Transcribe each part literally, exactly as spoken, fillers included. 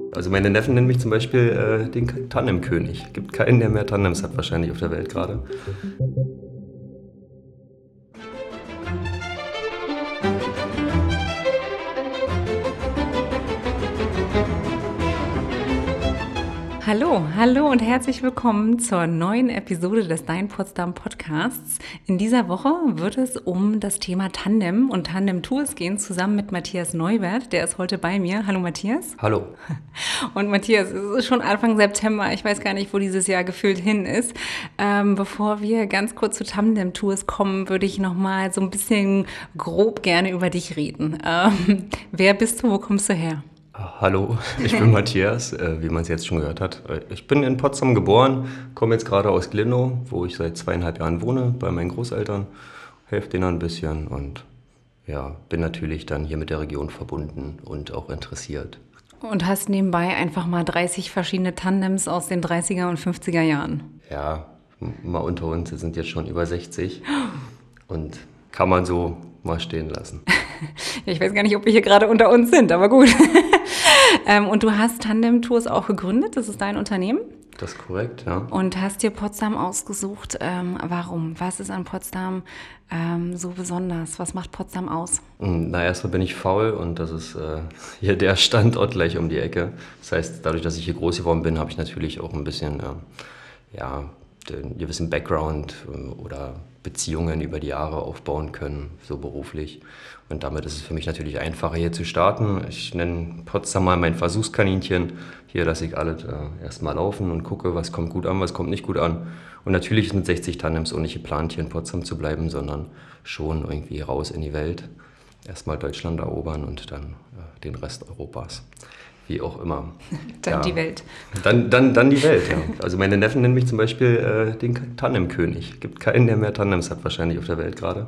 Also meine Neffen nennen mich zum Beispiel äh, den Tandemkönig. Gibt keinen, der mehr Tandems hat wahrscheinlich auf der Welt gerade. Hallo, hallo und herzlich willkommen zur neuen Episode des Dein Potsdam Podcasts. In dieser Woche wird es um das Thema Tandem und Tandem-Tours gehen, zusammen mit Matthias Neubert. Der ist heute bei mir. Hallo Matthias. Hallo. Und Matthias, es ist schon Anfang September. Ich weiß gar nicht, wo dieses Jahr gefühlt hin ist. Ähm, bevor wir ganz kurz zu Tandem-Tours kommen, würde ich noch mal so ein bisschen grob gerne über dich reden. Ähm, wer bist du? Wo kommst du her? Hallo, ich bin Matthias, äh, wie man es jetzt schon gehört hat. Ich bin in Potsdam geboren, komme jetzt gerade aus Glinow, wo ich seit zweieinhalb Jahren wohne, bei meinen Großeltern, helfe denen ein bisschen und ja, bin natürlich dann hier mit der Region verbunden und auch interessiert. Und hast nebenbei einfach mal dreißig verschiedene Tandems aus den dreißiger und fünfziger Jahren. Ja, mal unter uns, wir sind jetzt schon über sechzig und kann man so mal stehen lassen. Ja, ich weiß gar nicht, ob wir hier gerade unter uns sind, aber gut. ähm, und du hast Tandem Tours auch gegründet, das ist dein Unternehmen? Das ist korrekt, ja. Und hast dir Potsdam ausgesucht. Ähm, warum? Was ist an Potsdam ähm, so besonders? Was macht Potsdam aus? Na, erstmal bin ich faul und das ist äh, hier der Standort gleich um die Ecke. Das heißt, dadurch, dass ich hier groß geworden bin, habe ich natürlich auch ein bisschen, äh, ja, einen gewissen Background äh, oder Beziehungen über die Jahre aufbauen können, so beruflich. Und damit ist es für mich natürlich einfacher, hier zu starten. Ich nenne Potsdam mal mein Versuchskaninchen. Hier lasse ich alles äh, erstmal laufen und gucke, was kommt gut an, was kommt nicht gut an. Und natürlich sind sechzig Tandems auch nicht geplant, hier in Potsdam zu bleiben, sondern schon irgendwie raus in die Welt. Erstmal Deutschland erobern und dann äh, den Rest Europas. Wie auch immer. Dann ja. die Welt. Dann, dann, dann die Welt, ja. Also meine Neffen nennen mich zum Beispiel äh, den Tandemkönig. Gibt keinen, der mehr Tandems hat wahrscheinlich auf der Welt gerade.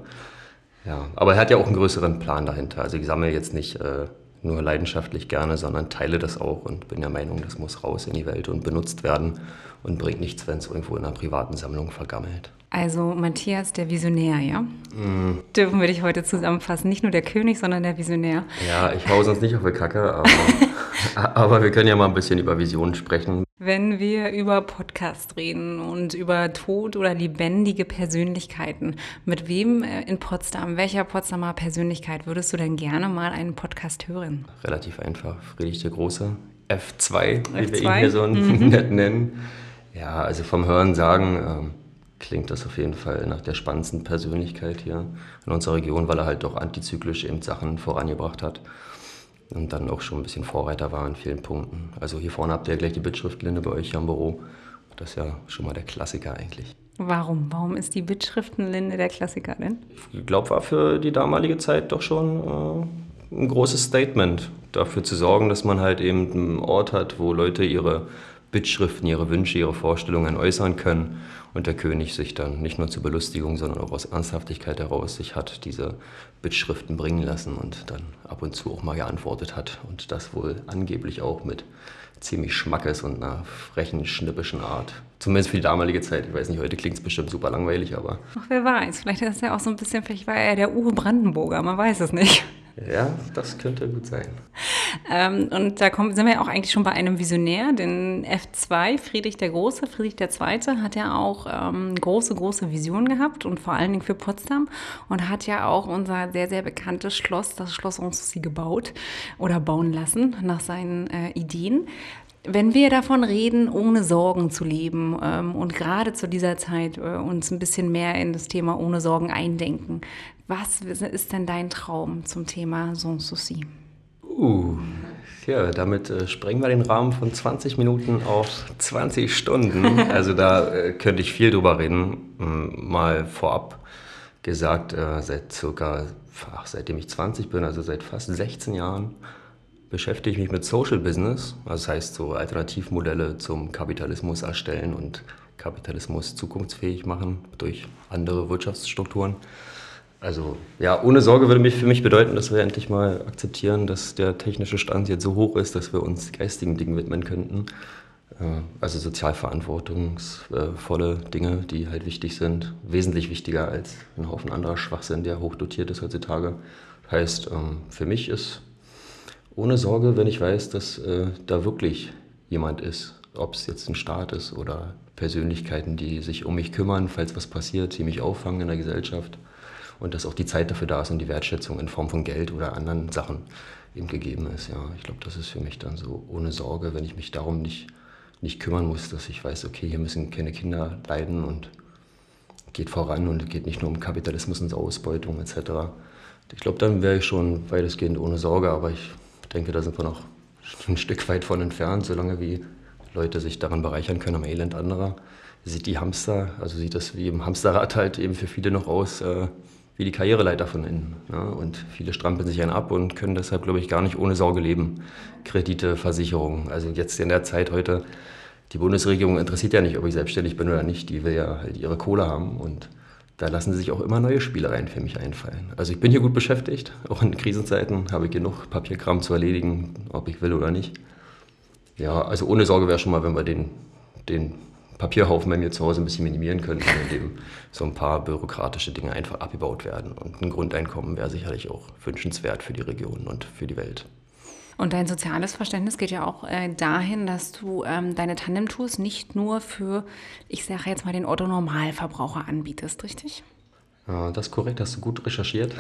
Ja, aber er hat ja auch einen größeren Plan dahinter. Also ich sammle jetzt nicht äh, nur leidenschaftlich gerne, sondern teile das auch und bin der Meinung, das muss raus in die Welt und benutzt werden und bringt nichts, wenn es irgendwo in einer privaten Sammlung vergammelt. Also Matthias, der Visionär, ja? Mm. Dürfen wir dich heute zusammenfassen. Nicht nur der König, sondern der Visionär. Ja, ich hau sonst nicht auf die Kacke, aber, aber wir können ja mal ein bisschen über Visionen sprechen. Wenn wir über Podcast reden und über Tod oder lebendige Persönlichkeiten, mit wem in Potsdam, welcher Potsdamer Persönlichkeit würdest du denn gerne mal einen Podcast hören? Relativ einfach, Friedrich der Große, F zwei, wie F zwei? wir ihn hier so Mhm. nett nennen. Ja, also vom Hören sagen ähm, klingt das auf jeden Fall nach der spannendsten Persönlichkeit hier in unserer Region, weil er halt doch antizyklisch eben Sachen vorangebracht hat. Und dann auch schon ein bisschen Vorreiter war in vielen Punkten. Also hier vorne habt ihr ja gleich die Bittschriftlinde bei euch hier im Büro. Das ist ja schon mal der Klassiker eigentlich. Warum? Warum ist die Bittschriftenlinde der Klassiker denn? Ich glaube, war für die damalige Zeit doch schon äh, ein großes Statement, dafür zu sorgen, dass man halt eben einen Ort hat, wo Leute ihre Bittschriften, ihre Wünsche, ihre Vorstellungen äußern können und der König sich dann nicht nur zur Belustigung, sondern auch aus Ernsthaftigkeit heraus sich hat diese Bittschriften bringen lassen und dann ab und zu auch mal geantwortet hat und das wohl angeblich auch mit ziemlich Schmackes und einer frechen, schnippischen Art. Zumindest für die damalige Zeit. Ich weiß nicht, heute klingt es bestimmt super langweilig, aber... Ach, wer weiß. Vielleicht ist er auch so ein bisschen, vielleicht war er der Ur-Brandenburger, man weiß es nicht. Ja, das könnte gut sein. Ähm, und da kommen, sind wir ja auch eigentlich schon bei einem Visionär, den F zwei, Friedrich der Große. Friedrich der Zweite hat ja auch ähm, große, große Visionen gehabt und vor allen Dingen für Potsdam und hat ja auch unser sehr, sehr bekanntes Schloss, das Schloss Sanssouci, gebaut oder bauen lassen nach seinen äh, Ideen. Wenn wir davon reden, ohne Sorgen zu leben ähm, und gerade zu dieser Zeit äh, uns ein bisschen mehr in das Thema ohne Sorgen eindenken, was ist denn dein Traum zum Thema Sanssouci? Uh, ja, damit äh, sprengen wir den Rahmen von zwanzig Minuten auf zwanzig Stunden. Also da äh, könnte ich viel drüber reden. Ähm, mal vorab gesagt, äh, seit circa, ach, seitdem ich zwanzig bin, also seit fast sechzehn Jahren, beschäftige ich mich mit Social Business. Also das heißt, so Alternativmodelle zum Kapitalismus erstellen und Kapitalismus zukunftsfähig machen durch andere Wirtschaftsstrukturen. Also ja, ohne Sorge würde mich für mich bedeuten, dass wir endlich mal akzeptieren, dass der technische Stand jetzt so hoch ist, dass wir uns geistigen Dingen widmen könnten. Also sozial verantwortungsvolle Dinge, die halt wichtig sind, wesentlich wichtiger als ein Haufen anderer Schwachsinn, der hochdotiert ist heutzutage. Heißt, für mich ist Ohne Sorge, wenn ich weiß, dass äh, da wirklich jemand ist. Ob es jetzt ein Staat ist oder Persönlichkeiten, die sich um mich kümmern, falls was passiert, die mich auffangen in der Gesellschaft. Und dass auch die Zeit dafür da ist und die Wertschätzung in Form von Geld oder anderen Sachen eben gegeben ist. Ja, ich glaube, das ist für mich dann so ohne Sorge, wenn ich mich darum nicht, nicht kümmern muss, dass ich weiß, okay, hier müssen keine Kinder leiden und geht voran und geht nicht nur um Kapitalismus und Ausbeutung et cetera. Ich glaube, dann wäre ich schon weitestgehend ohne Sorge, aber ich denke, da sind wir noch ein Stück weit von entfernt, solange wie Leute sich daran bereichern können am Elend anderer. Sieht die Hamster, also sieht das wie im Hamsterrad halt eben für viele noch aus, äh, wie die Karriereleiter von innen. Ja? Und viele strampeln sich einen ab und können deshalb, glaube ich, gar nicht ohne Sorge leben. Kredite, Versicherungen, also jetzt in der Zeit heute, die Bundesregierung interessiert ja nicht, ob ich selbstständig bin oder nicht, die will ja halt ihre Kohle haben und da lassen sich auch immer neue Spielereien für mich einfallen. Also ich bin hier gut beschäftigt, auch in Krisenzeiten habe ich genug Papierkram zu erledigen, ob ich will oder nicht. Ja, also ohne Sorge wäre schon mal, wenn wir den, den Papierhaufen bei mir zu Hause ein bisschen minimieren könnten, indem so ein paar bürokratische Dinge einfach abgebaut werden. Und ein Grundeinkommen wäre sicherlich auch wünschenswert für die Region und für die Welt. Und dein soziales Verständnis geht ja auch äh, dahin, dass du ähm, deine Tandem-Tours nicht nur für, ich sage jetzt mal, den Otto-Normalverbraucher anbietest, richtig? Ja, das ist korrekt, hast du gut recherchiert.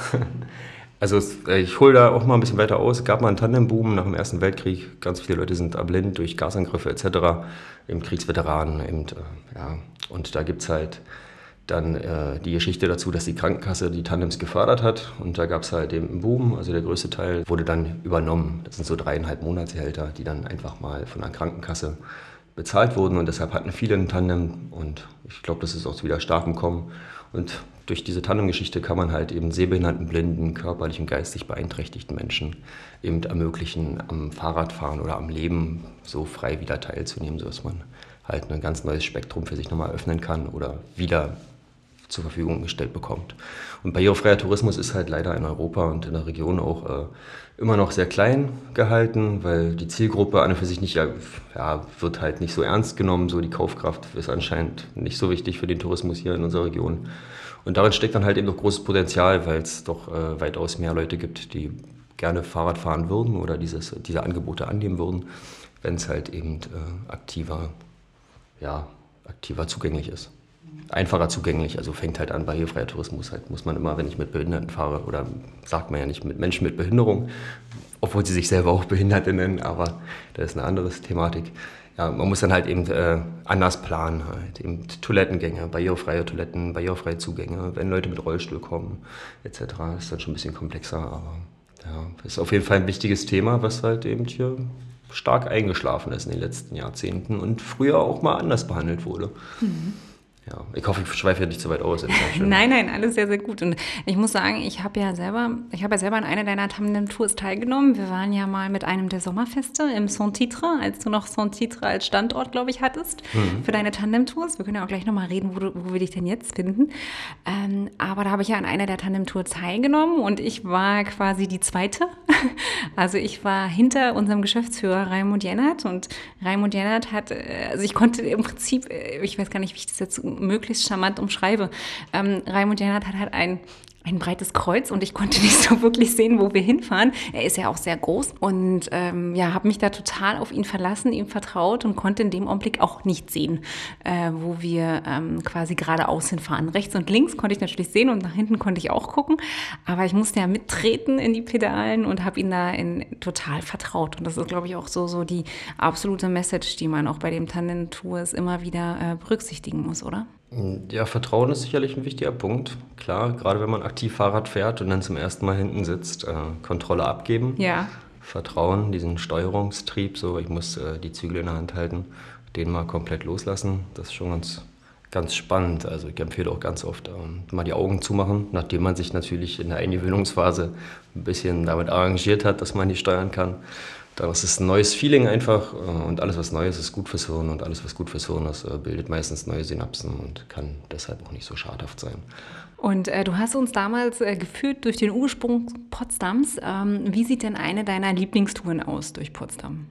Also ich hole da auch mal ein bisschen weiter aus. Es gab mal einen Tandemboom nach dem Ersten Weltkrieg. Ganz viele Leute sind erblind durch Gasangriffe et cetera. Eben Kriegsveteranen. Eben, äh, ja. Und da gibt es halt dann äh, die Geschichte dazu, dass die Krankenkasse die Tandems gefördert hat. Und da gab es halt eben einen Boom. Also der größte Teil wurde dann übernommen. Das sind so dreieinhalb Monatsgehälter, die dann einfach mal von der Krankenkasse bezahlt wurden. Und deshalb hatten viele einen Tandem. Und ich glaube, das ist auch wieder stark im Kommen. Und durch diese Tandem-Geschichte kann man halt eben sehbehinderten, blinden, körperlich und geistig beeinträchtigten Menschen eben ermöglichen, am Fahrradfahren oder am Leben so frei wieder teilzunehmen, sodass man halt ein ganz neues Spektrum für sich nochmal öffnen kann oder wieder zur Verfügung gestellt bekommt. Und barrierefreier Tourismus ist halt leider in Europa und in der Region auch äh, immer noch sehr klein gehalten, weil die Zielgruppe an und für sich nicht, ja, wird halt nicht so ernst genommen, so die Kaufkraft ist anscheinend nicht so wichtig für den Tourismus hier in unserer Region. Und darin steckt dann halt eben noch großes Potenzial, weil es doch äh, weitaus mehr Leute gibt, die gerne Fahrrad fahren würden oder dieses, diese Angebote annehmen würden, wenn es halt eben äh, aktiver, ja, aktiver zugänglich ist. Einfacher zugänglich, also fängt halt an, barrierefreier Tourismus halt, muss man immer, wenn ich mit Behinderten fahre, oder sagt man ja nicht mit Menschen mit Behinderung, obwohl sie sich selber auch Behinderte nennen, aber das ist eine andere Thematik. Ja, man muss dann halt eben äh, anders planen, halt eben Toilettengänge, barrierefreie Toiletten, barrierefreie Zugänge, wenn Leute mit Rollstuhl kommen, et cetera. Das ist dann schon ein bisschen komplexer, aber ja, ist auf jeden Fall ein wichtiges Thema, was halt eben hier stark eingeschlafen ist in den letzten Jahrzehnten und früher auch mal anders behandelt wurde. Mhm. Ja, ich hoffe, ich schweife ja nicht zu weit aus. Nein, nein, alles sehr, sehr gut. Und ich muss sagen, ich habe ja selber, ich habe ja selber an einer deiner Tandem-Tours teilgenommen. Wir waren ja mal mit einem der Sommerfeste im Saint-Titre, als du noch Saint-Titre als Standort, glaube ich, hattest, mhm. für deine Tandem-Tours. Wir können ja auch gleich nochmal reden, wo, du, wo wir dich denn jetzt finden. Ähm, aber da habe ich ja an einer der Tandem-Tours teilgenommen und ich war quasi die zweite. Also ich war hinter unserem Geschäftsführer Raimund Jennert und Raimund Jennert hat, also ich konnte im Prinzip, ich weiß gar nicht, wie ich das jetzt möglichst charmant umschreibe. Ähm, Raimund Jennert hat halt ein, ein breites Kreuz und ich konnte nicht so wirklich sehen, wo wir hinfahren. Er ist ja auch sehr groß und ähm, ja, habe mich da total auf ihn verlassen, ihm vertraut und konnte in dem Augenblick auch nicht sehen, äh, wo wir ähm, quasi geradeaus hinfahren. Rechts und links konnte ich natürlich sehen und nach hinten konnte ich auch gucken, aber ich musste ja mittreten in die Pedalen und habe ihn da in, total vertraut. Und das ist, glaube ich, auch so, so die absolute Message, die man auch bei dem Tandem-Tours immer wieder äh, berücksichtigen muss, oder? Ja, Vertrauen ist sicherlich ein wichtiger Punkt. Klar, gerade wenn man aktiv Fahrrad fährt und dann zum ersten Mal hinten sitzt, äh, Kontrolle abgeben. Ja. Vertrauen, diesen Steuerungstrieb, so ich muss äh, die Zügel in der Hand halten, den mal komplett loslassen. Das ist schon ganz, ganz spannend. Also ich empfehle auch ganz oft, ähm, mal die Augen zumachen, nachdem man sich natürlich in der Eingewöhnungsphase ein bisschen damit arrangiert hat, dass man die steuern kann. Das ist ein neues Feeling einfach und alles, was Neues ist, gut fürs Hirn und alles, was gut fürs Hirn ist, bildet meistens neue Synapsen und kann deshalb auch nicht so schadhaft sein. Und äh, du hast uns damals äh, geführt durch den Ursprung Potsdams. Ähm, wie sieht denn eine deiner Lieblingstouren aus durch Potsdam?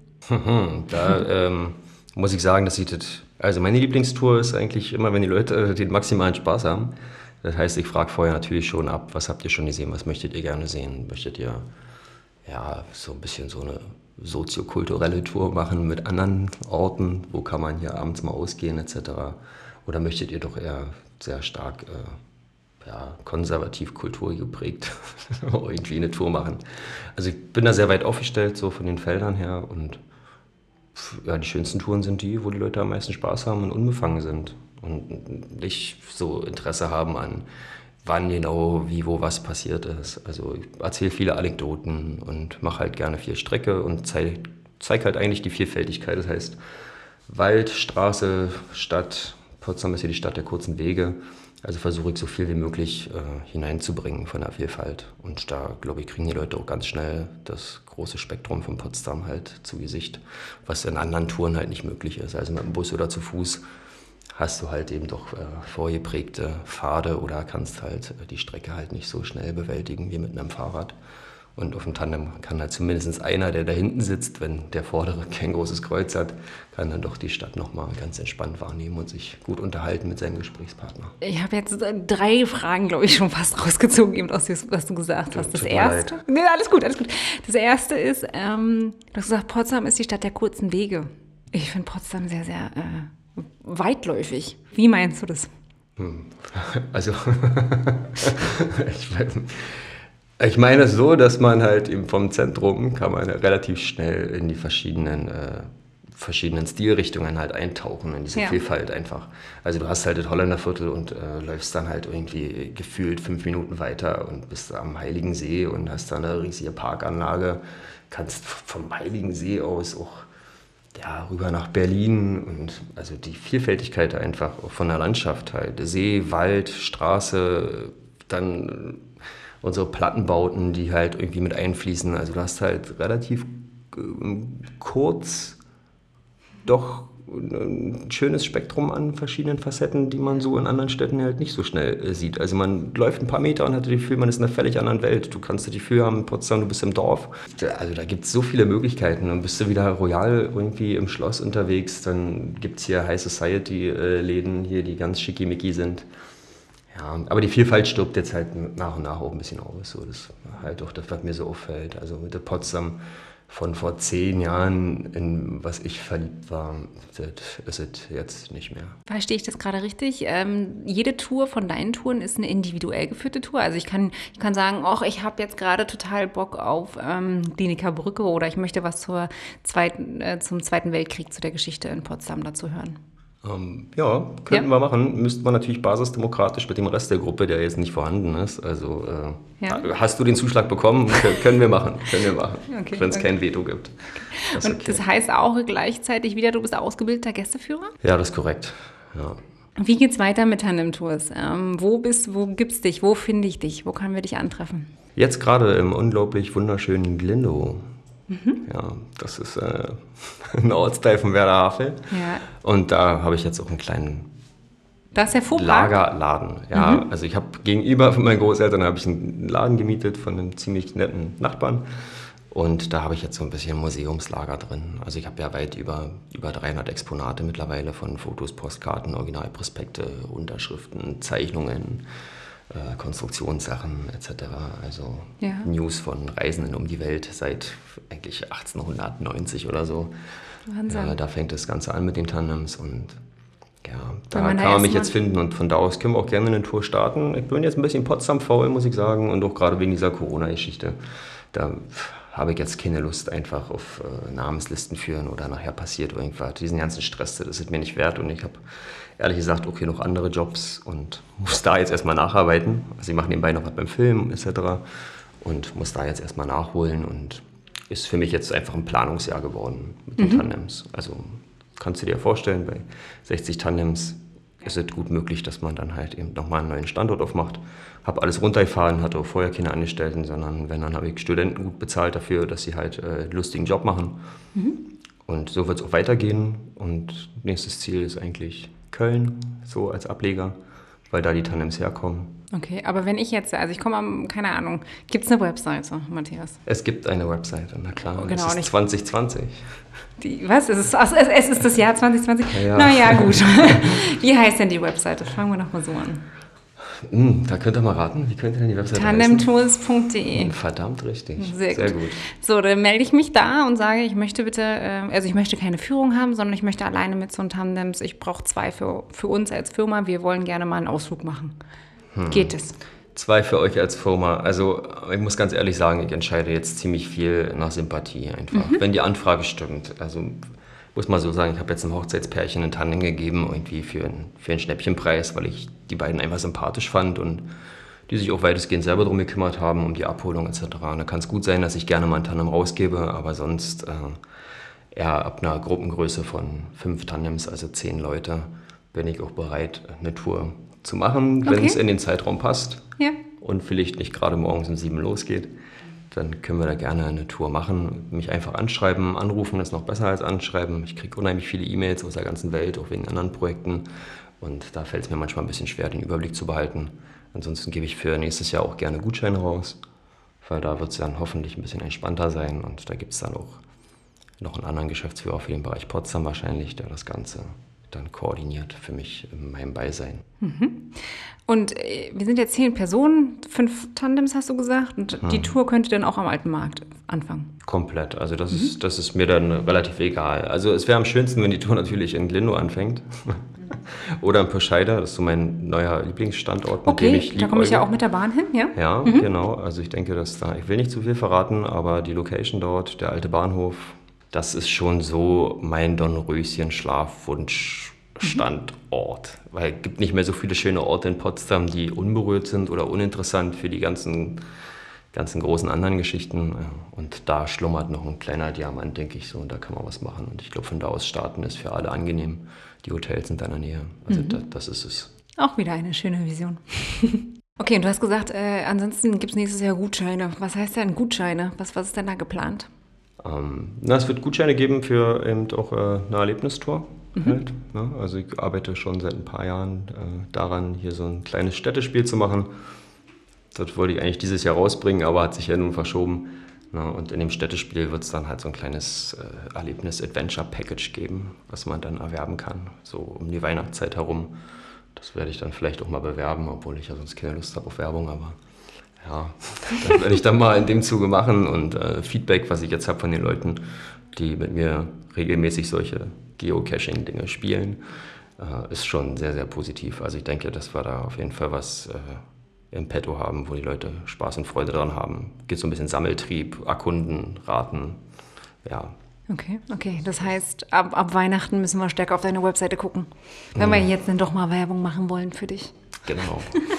Da ähm, muss ich sagen, das sieht, also meine Lieblingstour ist eigentlich immer, wenn die Leute den maximalen Spaß haben. Das heißt, ich frage vorher natürlich schon ab, was habt ihr schon gesehen, was möchtet ihr gerne sehen? Möchtet ihr ja, so ein bisschen so eine soziokulturelle Tour machen mit anderen Orten, wo kann man hier abends mal ausgehen et cetera. Oder möchtet ihr doch eher sehr stark äh, ja, konservativ kulturgeprägt irgendwie eine Tour machen? Also ich bin da sehr weit aufgestellt, so von den Feldern her und ja, die schönsten Touren sind die, wo die Leute am meisten Spaß haben und unbefangen sind und nicht so Interesse haben an wann genau, wie, wo, was passiert ist. Also ich erzähle viele Anekdoten und mache halt gerne viel Strecke und zeige zeig halt eigentlich die Vielfältigkeit. Das heißt Wald, Straße, Stadt. Potsdam ist ja die Stadt der kurzen Wege. Also versuche ich so viel wie möglich äh, hineinzubringen von der Vielfalt. Und da, glaube ich, kriegen die Leute auch ganz schnell das große Spektrum von Potsdam halt zu Gesicht, was in anderen Touren halt nicht möglich ist. Also mit dem Bus oder zu Fuß hast du halt eben doch äh, vorgeprägte Pfade oder kannst halt äh, die Strecke halt nicht so schnell bewältigen wie mit einem Fahrrad. Und auf dem Tandem kann halt zumindest einer, der da hinten sitzt, wenn der Vordere kein großes Kreuz hat, kann dann doch die Stadt nochmal ganz entspannt wahrnehmen und sich gut unterhalten mit seinem Gesprächspartner. Ich habe jetzt drei Fragen, glaube ich, schon fast rausgezogen, eben aus dem, was du gesagt hast. Das erste, nee, alles gut, alles gut. Das erste ist, ähm, du hast gesagt, Potsdam ist die Stadt der kurzen Wege. Ich finde Potsdam sehr, sehr äh, weitläufig. Wie meinst du das? Hm. Also, ich weiß nicht. Ich meine es so, dass man halt eben vom Zentrum kann man relativ schnell in die verschiedenen, äh, verschiedenen Stilrichtungen halt eintauchen, in diese ja. Vielfalt einfach. Also du hast halt das Holländerviertel und äh, läufst dann halt irgendwie gefühlt fünf Minuten weiter und bist am Heiligen See und hast da eine riesige Parkanlage. Kannst vom Heiligen See aus auch ja, rüber nach Berlin und also die Vielfältigkeit einfach auch von der Landschaft halt. See, Wald, Straße, dann unsere Plattenbauten, die halt irgendwie mit einfließen. Also du hast halt relativ äh, kurz doch ein schönes Spektrum an verschiedenen Facetten, die man so in anderen Städten halt nicht so schnell äh, sieht. Also man läuft ein paar Meter und hat das Gefühl, man ist in einer völlig anderen Welt. Du kannst das Gefühl haben, in Potsdam, du bist im Dorf. Also da gibt es so viele Möglichkeiten. Dann bist du wieder royal irgendwie im Schloss unterwegs. Dann gibt es hier High Society-Läden, hier, die ganz schickimicki sind. Ja, aber die Vielfalt stirbt jetzt halt nach und nach auch ein bisschen aus. So, das ist halt auch das, was mir so auffällt. Also mit der Potsdam von vor zehn Jahren, in was ich verliebt war, das ist es jetzt nicht mehr. Verstehe ich das gerade richtig? Ähm, jede Tour von deinen Touren ist eine individuell geführte Tour. Also ich kann, ich kann sagen, ach, ich habe jetzt gerade total Bock auf ähm, Kliniker Brücke oder ich möchte was zur zweiten, äh, zum Zweiten Weltkrieg, zu der Geschichte in Potsdam dazu hören. Ähm, ja, könnten ja. wir machen. Müssten wir natürlich basisdemokratisch mit dem Rest der Gruppe, der jetzt nicht vorhanden ist. Also äh, ja. hast du den Zuschlag bekommen? können wir machen. Können wir machen, okay, wenn es okay. kein Veto gibt. Das Und okay. das heißt auch gleichzeitig wieder, du bist ausgebildeter Gästeführer? Ja, das ist korrekt. Ja. Wie geht's weiter mit Tandem-Tours? Ähm, wo bist, wo gibt's dich? Wo finde ich dich? Wo können wir dich antreffen? Jetzt gerade im unglaublich wunderschönen Glindow. Mhm. Ja, das ist äh, ein Ortsteil von Werder Havel. Ja. Und da habe ich jetzt auch einen kleinen das ist der Lagerladen. Ja, mhm. Also ich habe gegenüber von meinen Großeltern habe ich einen Laden gemietet von einem ziemlich netten Nachbarn. Und da habe ich jetzt so ein bisschen Museumslager drin. Also ich habe ja weit über, über dreihundert Exponate mittlerweile von Fotos, Postkarten, Originalprospekte, Unterschriften, Zeichnungen, Äh, Konstruktionssachen et cetera. Also ja. News von Reisenden um die Welt seit eigentlich achtzehnhundertneunzig oder so. Wahnsinn. Äh, da fängt das Ganze an mit den Tandems und ja, da man kann man mich jetzt finden und von da aus können wir auch gerne eine Tour starten. Ich bin jetzt ein bisschen Potsdam faul, muss ich sagen, und auch gerade wegen dieser Corona-Geschichte. Da habe ich jetzt keine Lust einfach auf äh, Namenslisten führen oder nachher passiert irgendwas. Diesen ganzen Stress, das ist mir nicht wert und ich habe ehrlich gesagt, okay, noch andere Jobs und muss da jetzt erstmal nacharbeiten. Also ich mache nebenbei noch was beim Film et cetera und muss da jetzt erstmal nachholen und ist für mich jetzt einfach ein Planungsjahr geworden mit den mhm. Tandems. Also kannst du dir vorstellen, bei sechzig Tandems ist es gut möglich, dass man dann halt eben nochmal einen neuen Standort aufmacht. Habe alles runtergefahren, hatte auch vorher keine Angestellten, sondern wenn, dann habe ich Studenten gut bezahlt dafür, dass sie halt äh, einen lustigen Job machen. Mhm. Und so wird es auch weitergehen und nächstes Ziel ist eigentlich Köln, so als Ableger, weil da die Tandems herkommen. Okay, aber wenn ich jetzt, also ich komme am, keine Ahnung, gibt es eine Webseite, Matthias? Es gibt eine Webseite, na klar, oh, genau, es ist nicht. zwanzig zwanzig. Die, was? Es ist, also es ist das Jahr zwanzig zwanzig? Ja. Na ja, gut. Wie heißt denn die Webseite? Fangen wir doch mal so an. Hm, da könnt ihr mal raten, wie könnte denn die Webseite heißen? tandemtours punkt de. Verdammt richtig. Sehr, Sehr gut. gut. So, dann melde ich mich da und sage, ich möchte bitte, äh, also ich möchte keine Führung haben, sondern ich möchte alleine mit so einem Tandems, ich brauche zwei für, für uns als Firma, wir wollen gerne mal einen Ausflug machen. Hm. Geht es? Zwei für euch als Firma. Also ich muss ganz ehrlich sagen, ich entscheide jetzt ziemlich viel nach Sympathie einfach. Mhm. Wenn die Anfrage stimmt. Also muss man so sagen, ich habe jetzt einem Hochzeitspärchen einen Tandem gegeben, irgendwie für, ein, für einen Schnäppchenpreis, weil ich die beiden einfach sympathisch fand und die sich auch weitestgehend selber darum gekümmert haben, um die Abholung et cetera. Und da kann es gut sein, dass ich gerne mal einen Tandem rausgebe, aber sonst äh, eher ab einer Gruppengröße von fünf Tandems, also zehn Leute, bin ich auch bereit, eine Tour zu machen, wenn okay. es in den Zeitraum passt ja. und vielleicht nicht gerade morgens um sieben losgeht. Dann können wir da gerne eine Tour machen. Mich einfach anschreiben, anrufen ist noch besser als anschreiben. Ich kriege unheimlich viele E-Mails aus der ganzen Welt, auch wegen anderen Projekten. Und da fällt es mir manchmal ein bisschen schwer, den Überblick zu behalten. Ansonsten gebe ich für nächstes Jahr auch gerne Gutscheine raus, weil da wird es dann hoffentlich ein bisschen entspannter sein. Und da gibt es dann auch noch einen anderen Geschäftsführer für den Bereich Potsdam wahrscheinlich, der das Ganze dann koordiniert für mich in meinem Beisein. Mhm. Und äh, wir sind jetzt zehn Personen, fünf Tandems hast du gesagt, und mhm. die Tour könnte dann auch am Alten Markt anfangen? Komplett, also das, mhm. ist, das ist mir dann relativ egal. Also es wäre am schönsten, wenn die Tour natürlich in Glindow anfängt oder in Pirscheida, das ist so mein neuer Lieblingsstandort, mit okay, dem ich da komme ich ja auch mit der Bahn hin, ja? Ja, mhm. genau, also ich denke, dass da, ich will nicht zu viel verraten, aber die Location dort, der alte Bahnhof, das ist schon so mein Dornröschen-Schlafwunsch-Standort. Mhm. Weil es gibt nicht mehr so viele schöne Orte in Potsdam, die unberührt sind oder uninteressant für die ganzen, ganzen großen anderen Geschichten. Und da schlummert noch ein kleiner Diamant, denke ich so, und da kann man was machen. Und ich glaube, von da aus starten ist für alle angenehm. Die Hotels sind da in der Nähe. Also mhm. das, das ist es. Auch wieder eine schöne Vision. Okay, und du hast gesagt, äh, ansonsten gibt es nächstes Jahr Gutscheine. Was heißt denn Gutscheine? Was, was ist denn da geplant? Ähm, na, es wird Gutscheine geben für eben auch äh, eine Erlebnistour. Mhm. Halt, ne? Also ich arbeite schon seit ein paar Jahren äh, daran, hier so ein kleines Städtespiel zu machen. Das wollte ich eigentlich dieses Jahr rausbringen, aber hat sich ja nun verschoben. Ne? Und in dem Städtespiel wird es dann halt so ein kleines äh, Erlebnis-Adventure-Package geben, was man dann erwerben kann, so um die Weihnachtszeit herum. Das werde ich dann vielleicht auch mal bewerben, obwohl ich ja sonst keine Lust habe auf Werbung, aber ja, das werde ich dann mal in dem Zuge machen und äh, Feedback, was ich jetzt habe von den Leuten, die mit mir regelmäßig solche Geocaching-Dinge spielen, äh, ist schon sehr, sehr positiv. Also ich denke, dass wir da auf jeden Fall was äh, im Petto haben, wo die Leute Spaß und Freude dran haben. Geht so ein bisschen Sammeltrieb, Erkunden, Raten, ja. Okay, okay. Das heißt, ab, ab Weihnachten müssen wir stärker auf deine Webseite gucken, wenn mhm. wir jetzt dann doch mal Werbung machen wollen für dich. Genau.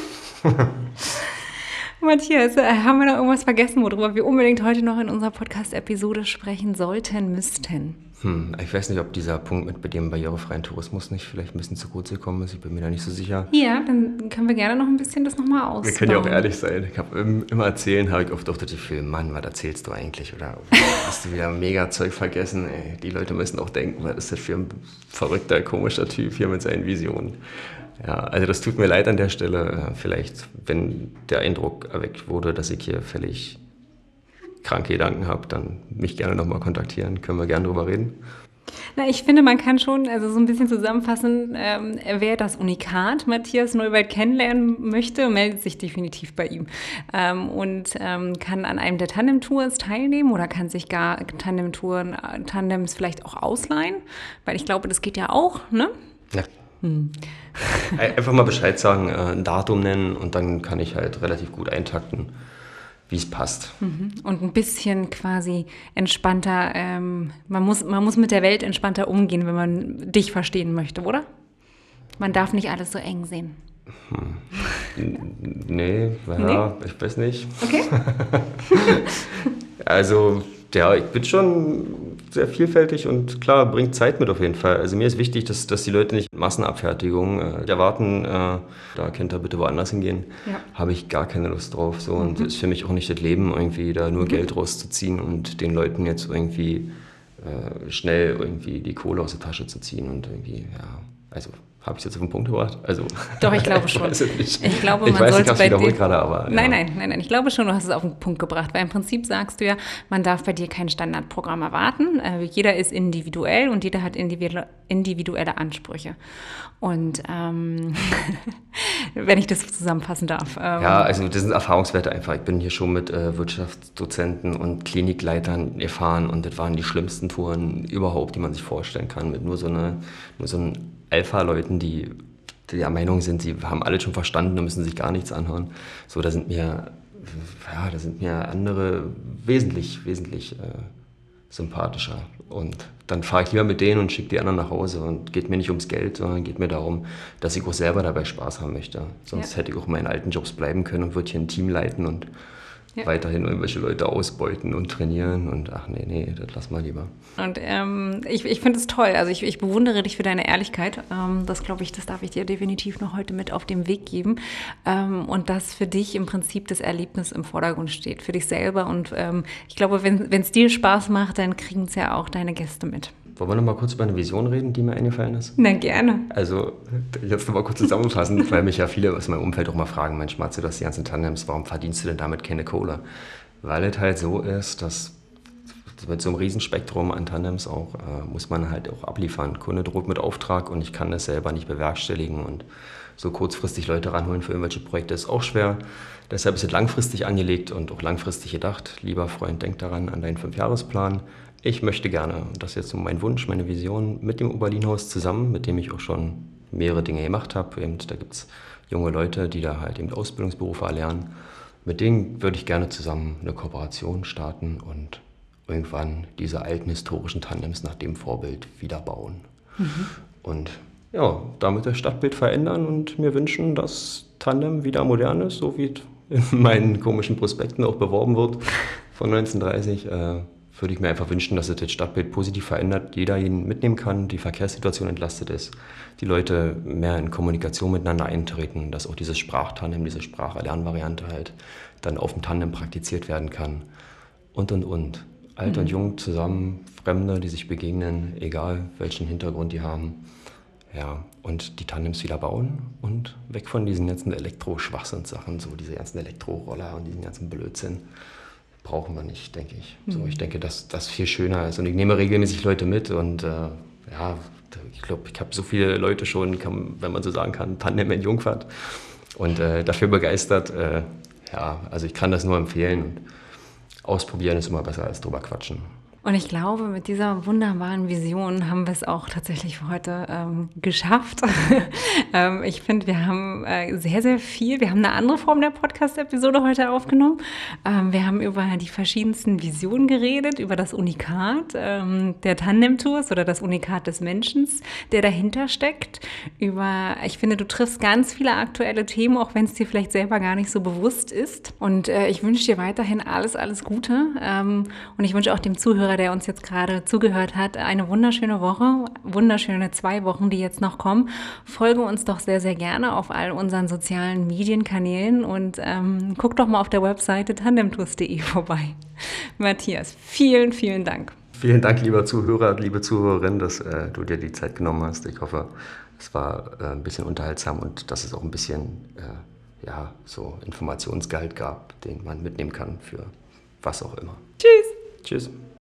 Matthias, haben wir noch irgendwas vergessen, worüber wir unbedingt heute noch in unserer Podcast-Episode sprechen sollten, müssten? Hm, ich weiß nicht, ob dieser Punkt mit bei dem barrierefreien Tourismus nicht vielleicht ein bisschen zu kurz gekommen ist. Ich bin mir da nicht so sicher. Ja, dann können wir gerne noch ein bisschen das nochmal ausbauen. Wir können ja auch ehrlich sein. Ich habe immer erzählen, habe ich oft auch das Gefühl, Mann, was erzählst du eigentlich? Oder hast du wieder mega Zeug vergessen? Ey, die Leute müssen auch denken, was ist das für ein verrückter, komischer Typ hier mit seinen Visionen? Ja, also das tut mir leid an der Stelle. Vielleicht, wenn der Eindruck erweckt wurde, dass ich hier völlig kranke Gedanken habe, dann mich gerne nochmal kontaktieren. Können wir gerne drüber reden. Na, ich finde, man kann schon also so ein bisschen zusammenfassen, ähm, wer das Unikat Matthias Neuwald kennenlernen möchte, meldet sich definitiv bei ihm ähm, und ähm, kann an einem der Tandem-Tours teilnehmen oder kann sich gar Tandem-Touren, Tandems vielleicht auch ausleihen, weil ich glaube, das geht ja auch, ne? Ja. Hm. Einfach mal Bescheid sagen, ein Datum nennen und dann kann ich halt relativ gut eintakten, wie es passt. Und ein bisschen quasi entspannter, ähm, man muss, man muss mit der Welt entspannter umgehen, wenn man dich verstehen möchte, oder? Man darf nicht alles so eng sehen. Hm. Nee, ja, nee? Ich weiß nicht. Okay. Also, ja, ich bin schon sehr vielfältig und klar, bringt Zeit mit auf jeden Fall. Also mir ist wichtig, dass, dass die Leute nicht Massenabfertigung äh, erwarten, äh, da könnt ihr bitte woanders hingehen. Ja. Habe ich gar keine Lust drauf. So. Und es mhm. ist für mich auch nicht das Leben, irgendwie da nur mhm. Geld rauszuziehen und den Leuten jetzt irgendwie äh, schnell irgendwie die Kohle aus der Tasche zu ziehen und irgendwie, ja, also Habe ich jetzt auf den Punkt gebracht? Also, Doch, ich glaube ich schon. weiß es nicht. Ich glaube, ich man weiß, ich sollte habe es bei wiederholt dir gerade, aber... Nein, ja. nein, nein, nein. Ich glaube schon, du hast es auf den Punkt gebracht, weil im Prinzip sagst du ja, man darf bei dir kein Standardprogramm erwarten. Äh, jeder ist individuell und jeder hat individu- individuelle Ansprüche. Und ähm, wenn ich das so zusammenfassen darf. Ähm, Ja, also das sind Erfahrungswerte einfach. Ich bin hier schon mit äh, Wirtschaftsdozenten und Klinikleitern gefahren und das waren die schlimmsten Touren überhaupt, die man sich vorstellen kann. Mit nur so, eine, nur so einen Alpha-Leuten, die der Meinung sind, sie haben alles schon verstanden und müssen sich gar nichts anhören. So, da sind mir, ja, da sind mir andere wesentlich, wesentlich äh, sympathischer. Und dann fahre ich lieber mit denen und schicke die anderen nach Hause. Und geht mir nicht ums Geld, sondern geht mir darum, dass ich auch selber dabei Spaß haben möchte. Sonst Ja. hätte ich auch in meinen alten Jobs bleiben können und würde hier ein Team leiten und Ja. weiterhin irgendwelche Leute ausbeuten und trainieren. Und ach nee, nee, das lass mal lieber. Und ähm, ich, ich finde es toll. Also ich, ich bewundere dich für deine Ehrlichkeit. Ähm, das glaube ich, das darf ich dir definitiv noch heute mit auf den Weg geben. Ähm, und dass für dich im Prinzip das Erlebnis im Vordergrund steht, für dich selber. Und ähm, ich glaube, wenn es dir Spaß macht, dann kriegen es ja auch deine Gäste mit. Wollen wir noch mal kurz über eine Vision reden, die mir eingefallen ist? Na, gerne. Also, jetzt noch mal kurz zusammenfassen, weil mich ja viele aus meinem Umfeld auch mal fragen, Mensch, Matze, du hast die ganzen Tandems, warum verdienst du denn damit keine Kohle? Weil es halt so ist, dass mit so einem Riesenspektrum an Tandems auch, äh, muss man halt auch abliefern. Kunde droht mit Auftrag und ich kann das selber nicht bewerkstelligen und so kurzfristig Leute ranholen für irgendwelche Projekte ist auch schwer. Deshalb ist es langfristig angelegt und auch langfristig gedacht. Lieber Freund, denk daran an deinen Fünfjahresplan. Ich möchte gerne, und das ist jetzt so mein Wunsch, meine Vision, mit dem Oberlinhaus zusammen, mit dem ich auch schon mehrere Dinge gemacht habe. Eben, da gibt es junge Leute, die da halt eben Ausbildungsberufe erlernen. Mit denen würde ich gerne zusammen eine Kooperation starten und irgendwann diese alten historischen Tandems nach dem Vorbild wieder bauen. Mhm. Und ja, damit das Stadtbild verändern und mir wünschen, dass Tandem wieder modern ist, so wie es in meinen komischen Prospekten auch beworben wird von neunzehnhundertdreißig. Äh, würde ich mir einfach wünschen, dass es das Stadtbild positiv verändert, jeder ihn mitnehmen kann, die Verkehrssituation entlastet ist, die Leute mehr in Kommunikation miteinander eintreten, dass auch dieses Sprachtandem, diese Spracherlernvariante halt dann auf dem Tandem praktiziert werden kann und, und, und. Alt mhm. und jung zusammen, Fremde, die sich begegnen, egal welchen Hintergrund die haben. Ja, und die Tandems wieder bauen und weg von diesen ganzen Elektro-Schwachsinnssachen, so diese ganzen Elektroroller und diesen ganzen Blödsinn. Brauchen wir nicht, denke ich. Mhm. So, ich denke, dass das viel schöner ist. Und ich nehme regelmäßig Leute mit und äh, ja, ich glaube, ich habe so viele Leute schon, kann, wenn man so sagen kann, Tandem in Jungfahrt und äh, dafür begeistert. Äh, ja, also ich kann das nur empfehlen. Und ausprobieren ist immer besser als drüber quatschen. Und ich glaube, mit dieser wunderbaren Vision haben wir es auch tatsächlich für heute ähm, geschafft. ähm, ich finde, wir haben äh, sehr, sehr viel. Wir haben eine andere Form der Podcast-Episode heute aufgenommen. Ähm, wir haben über die verschiedensten Visionen geredet, über das Unikat ähm, der Tandem-Tours oder das Unikat des Menschen, der dahinter steckt. Über, ich finde, du triffst ganz viele aktuelle Themen, auch wenn es dir vielleicht selber gar nicht so bewusst ist. Und äh, ich wünsche dir weiterhin alles, alles Gute. Ähm, und ich wünsche auch dem Zuhörer, der uns jetzt gerade zugehört hat, eine wunderschöne Woche, wunderschöne zwei Wochen, die jetzt noch kommen. Folge uns doch sehr, sehr gerne auf all unseren sozialen Medienkanälen und ähm, guck doch mal auf der Webseite tandemtours punkt de vorbei. Matthias, vielen, vielen Dank. Vielen Dank, lieber Zuhörer, liebe Zuhörerin, dass äh, du dir die Zeit genommen hast. Ich hoffe, es war äh, ein bisschen unterhaltsam und dass es auch ein bisschen äh, ja, so Informationsgehalt gab, den man mitnehmen kann für was auch immer. Tschüss. Tschüss.